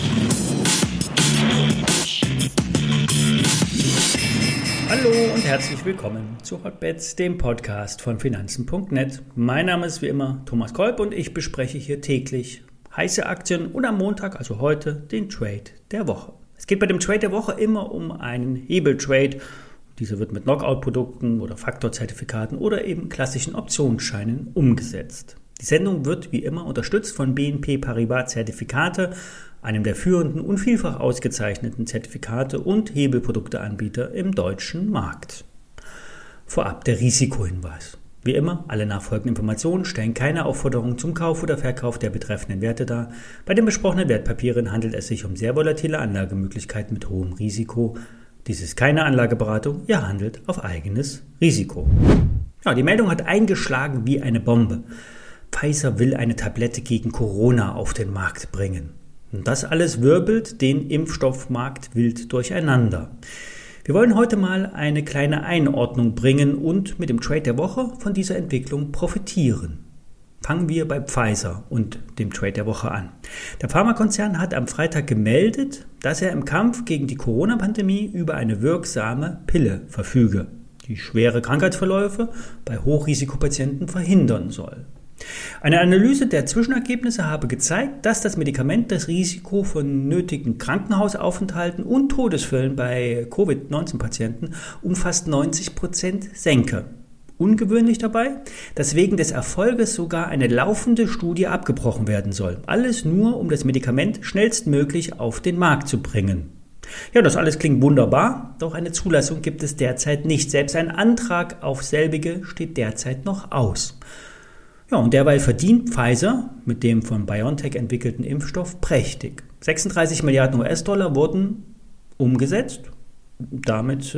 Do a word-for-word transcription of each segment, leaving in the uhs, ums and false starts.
Hallo und herzlich willkommen zu Hotbets, dem Podcast von Finanzen punkt net. Mein Name ist wie immer Thomas Kolb und ich bespreche hier täglich heiße Aktien und am Montag, also heute, den Trade der Woche. Es geht bei dem Trade der Woche immer um einen Hebeltrade. Dieser wird mit Knockout-Produkten oder Faktorzertifikaten oder eben klassischen Optionsscheinen umgesetzt. Die Sendung wird wie immer unterstützt von B N P Paribas Zertifikate, einem der führenden und vielfach ausgezeichneten Zertifikate- und Hebelprodukteanbieter im deutschen Markt. Vorab der Risikohinweis. Wie immer, alle nachfolgenden Informationen stellen keine Aufforderung zum Kauf oder Verkauf der betreffenden Werte dar. Bei den besprochenen Wertpapieren handelt es sich um sehr volatile Anlagemöglichkeiten mit hohem Risiko. Dies ist keine Anlageberatung, ihr handelt auf eigenes Risiko. Ja, die Meldung hat eingeschlagen wie eine Bombe. Pfizer will eine Tablette gegen Corona auf den Markt bringen. Und das alles wirbelt den Impfstoffmarkt wild durcheinander. Wir wollen heute mal eine kleine Einordnung bringen und mit dem Trade der Woche von dieser Entwicklung profitieren. Fangen wir bei Pfizer und dem Trade der Woche an. Der Pharmakonzern hat am Freitag gemeldet, dass er im Kampf gegen die Corona-Pandemie über eine wirksame Pille verfüge, die schwere Krankheitsverläufe bei Hochrisikopatienten verhindern soll. Eine Analyse der Zwischenergebnisse habe gezeigt, dass das Medikament das Risiko von nötigen Krankenhausaufenthalten und Todesfällen bei Covid neunzehn Patienten um fast neunzig Prozent senke. Ungewöhnlich dabei, dass wegen des Erfolges sogar eine laufende Studie abgebrochen werden soll. Alles nur, um das Medikament schnellstmöglich auf den Markt zu bringen. Ja, das alles klingt wunderbar, doch eine Zulassung gibt es derzeit nicht. Selbst ein Antrag auf selbige steht derzeit noch aus. Ja, und derweil verdient Pfizer mit dem von BioNTech entwickelten Impfstoff prächtig. sechsunddreißig Milliarden U S-Dollar wurden umgesetzt. Damit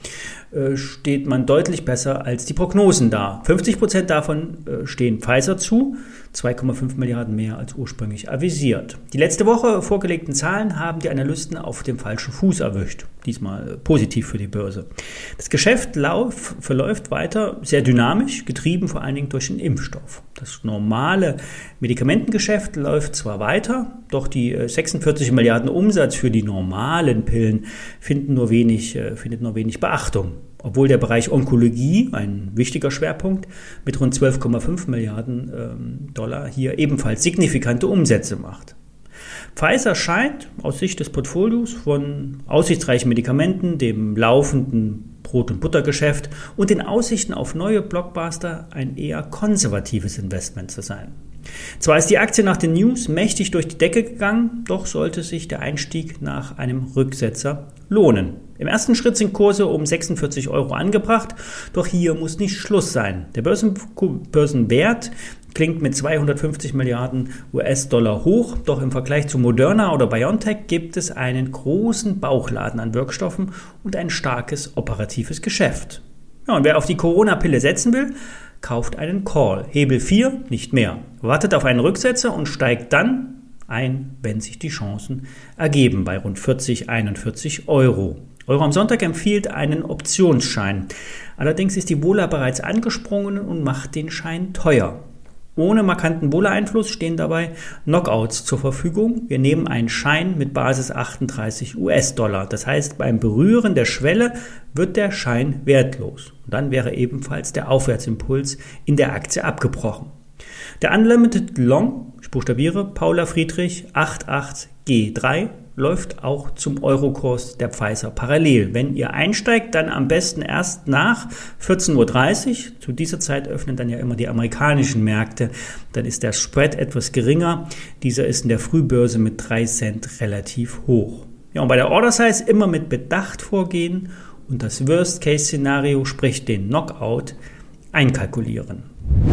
äh, steht man deutlich besser als die Prognosen da. fünfzig Prozent davon äh, stehen Pfizer zu, zwei Komma fünf Milliarden mehr als ursprünglich avisiert. Die letzte Woche vorgelegten Zahlen haben die Analysten auf dem falschen Fuß erwischt. Diesmal äh, positiv für die Börse. Das Geschäft lauf, verläuft weiter sehr dynamisch, getrieben vor allen Dingen durch den Impfstoff. Das normale Medikamentengeschäft läuft zwar weiter, doch die äh, sechsundvierzig Milliarden Umsatz für die normalen Pillen finden nur wenig, äh, findet nur wenig Beachtung. Obwohl der Bereich Onkologie, ein wichtiger Schwerpunkt, mit rund zwölf Komma fünf Milliarden ähm, Dollar hier ebenfalls signifikante Umsätze macht. Pfizer scheint aus Sicht des Portfolios von aussichtsreichen Medikamenten, dem laufenden Brot- und Buttergeschäft und den Aussichten auf neue Blockbuster ein eher konservatives Investment zu sein. Zwar ist die Aktie nach den News mächtig durch die Decke gegangen, doch sollte sich der Einstieg nach einem Rücksetzer lohnen. Im ersten Schritt sind Kurse um sechsundvierzig Euro angebracht, doch hier muss nicht Schluss sein. Der Börsen- Börsenwert klingt mit zweihundertfünfzig Milliarden U S-Dollar hoch, doch im Vergleich zu Moderna oder BioNTech gibt es einen großen Bauchladen an Wirkstoffen und ein starkes operatives Geschäft. Ja, und wer auf die Corona-Pille setzen will, kauft einen Call. Hebel vier, nicht mehr. Wartet auf einen Rücksetzer und steigt dann ein, wenn sich die Chancen ergeben, bei rund vierzig, einundvierzig Euro. Euro am Sonntag empfiehlt einen Optionsschein. Allerdings ist die Vola bereits angesprungen und macht den Schein teuer. Ohne markanten Vola-Einfluss stehen dabei Knockouts zur Verfügung. Wir nehmen einen Schein mit Basis achtunddreißig U S-Dollar. Das heißt, beim Berühren der Schwelle wird der Schein wertlos. Und dann wäre ebenfalls der Aufwärtsimpuls in der Aktie abgebrochen. Der Unlimited Long, ich buchstabiere, Paula Friedrich achtundachtzig G drei, läuft auch zum Eurokurs der Pfizer parallel. Wenn ihr einsteigt, dann am besten erst nach vierzehn Uhr dreißig. Zu dieser Zeit öffnen dann ja immer die amerikanischen Märkte. Dann ist der Spread etwas geringer. Dieser ist in der Frühbörse mit drei Cent relativ hoch. Ja, und bei der Order Size immer mit Bedacht vorgehen und das Worst-Case-Szenario, sprich den Knockout, einkalkulieren.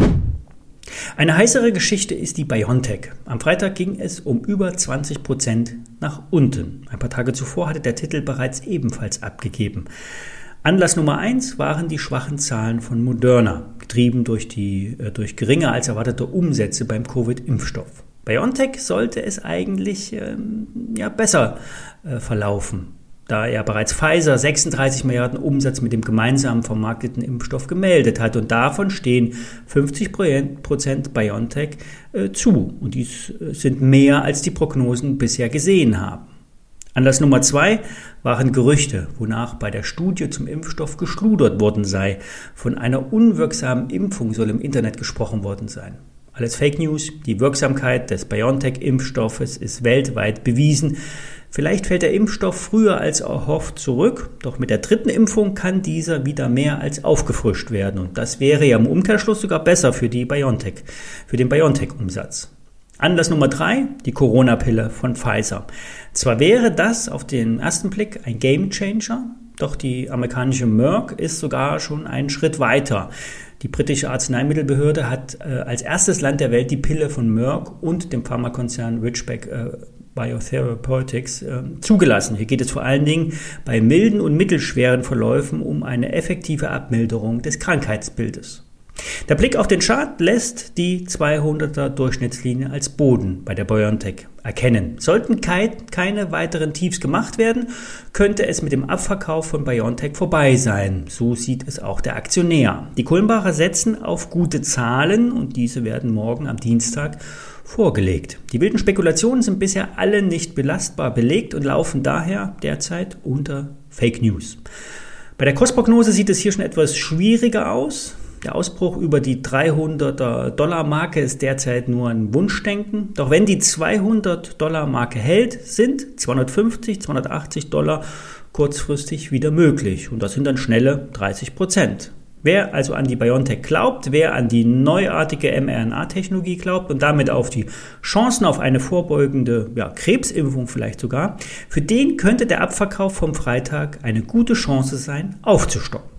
Eine heißere Geschichte ist die BioNTech. Am Freitag ging es um über zwanzig Prozent nach unten. Ein paar Tage zuvor hatte der Titel bereits ebenfalls abgegeben. Anlass Nummer eins waren die schwachen Zahlen von Moderna, getrieben durch, die, äh, durch geringer als erwartete Umsätze beim Covid-Impfstoff. BioNTech sollte es eigentlich ähm, ja, besser äh, verlaufen. da ja bereits Pfizer sechsunddreißig Milliarden Umsatz mit dem gemeinsam vermarkteten Impfstoff gemeldet hat. Und davon stehen fünfzig Prozent BioNTech äh, zu. Und dies sind mehr, als die Prognosen bisher gesehen haben. Anlass Nummer zwei waren Gerüchte, wonach bei der Studie zum Impfstoff geschludert worden sei. Von einer unwirksamen Impfung soll im Internet gesprochen worden sein. Alles Fake News. Die Wirksamkeit des BioNTech-Impfstoffes ist weltweit bewiesen. Vielleicht fällt der Impfstoff früher als erhofft zurück, doch mit der dritten Impfung kann dieser wieder mehr als aufgefrischt werden. Und das wäre ja im Umkehrschluss sogar besser für die BioNTech, für den BioNTech-Umsatz. Anlass Nummer drei, die Corona-Pille von Pfizer. Zwar wäre das auf den ersten Blick ein Gamechanger, doch die amerikanische Merck ist sogar schon einen Schritt weiter. Die britische Arzneimittelbehörde hat äh, als erstes Land der Welt die Pille von Merck und dem Pharmakonzern Ridgeback äh, Biotherapeutics äh, zugelassen. Hier geht es vor allen Dingen bei milden und mittelschweren Verläufen um eine effektive Abmilderung des Krankheitsbildes. Der Blick auf den Chart lässt die zweihunderter Durchschnittslinie als Boden bei der BioNTech erkennen. Sollten keine weiteren Tiefs gemacht werden, könnte es mit dem Abverkauf von BioNTech vorbei sein. So sieht es auch der Aktionär. Die Kulmbacher setzen auf gute Zahlen und diese werden morgen am Dienstag vorgelegt. Die wilden Spekulationen sind bisher alle nicht belastbar belegt und laufen daher derzeit unter Fake News. Bei der Kursprognose sieht es hier schon etwas schwieriger aus. Der Ausbruch über die dreihunderter Dollar Marke ist derzeit nur ein Wunschdenken. Doch wenn die zweihundert Dollar Marke hält, sind zweihundertfünfzig, zweihundertachtzig Dollar kurzfristig wieder möglich. Und das sind dann schnelle dreißig Prozent. Wer also an die BioNTech glaubt, wer an die neuartige mRNA-Technologie glaubt und damit auf die Chancen auf eine vorbeugende ja, Krebsimpfung vielleicht sogar, für den könnte der Abverkauf vom Freitag eine gute Chance sein, aufzustocken.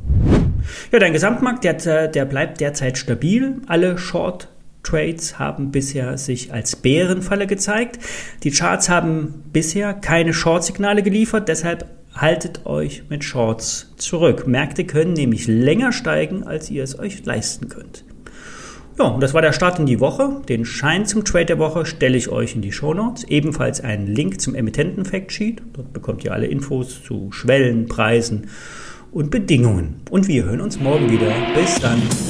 Ja, dein Gesamtmarkt, der, der bleibt derzeit stabil. Alle Short Trades haben bisher sich als Bärenfalle gezeigt. Die Charts haben bisher keine Short-Signale geliefert, deshalb haltet euch mit Shorts zurück. Märkte können nämlich länger steigen, als ihr es euch leisten könnt. Ja, und das war der Start in die Woche. Den Schein zum Trade der Woche stelle ich euch in die Shownotes. Ebenfalls einen Link zum Emittenten-Factsheet. Dort bekommt ihr alle Infos zu Schwellen, Preisen und Bedingungen. Und wir hören uns morgen wieder. Bis dann.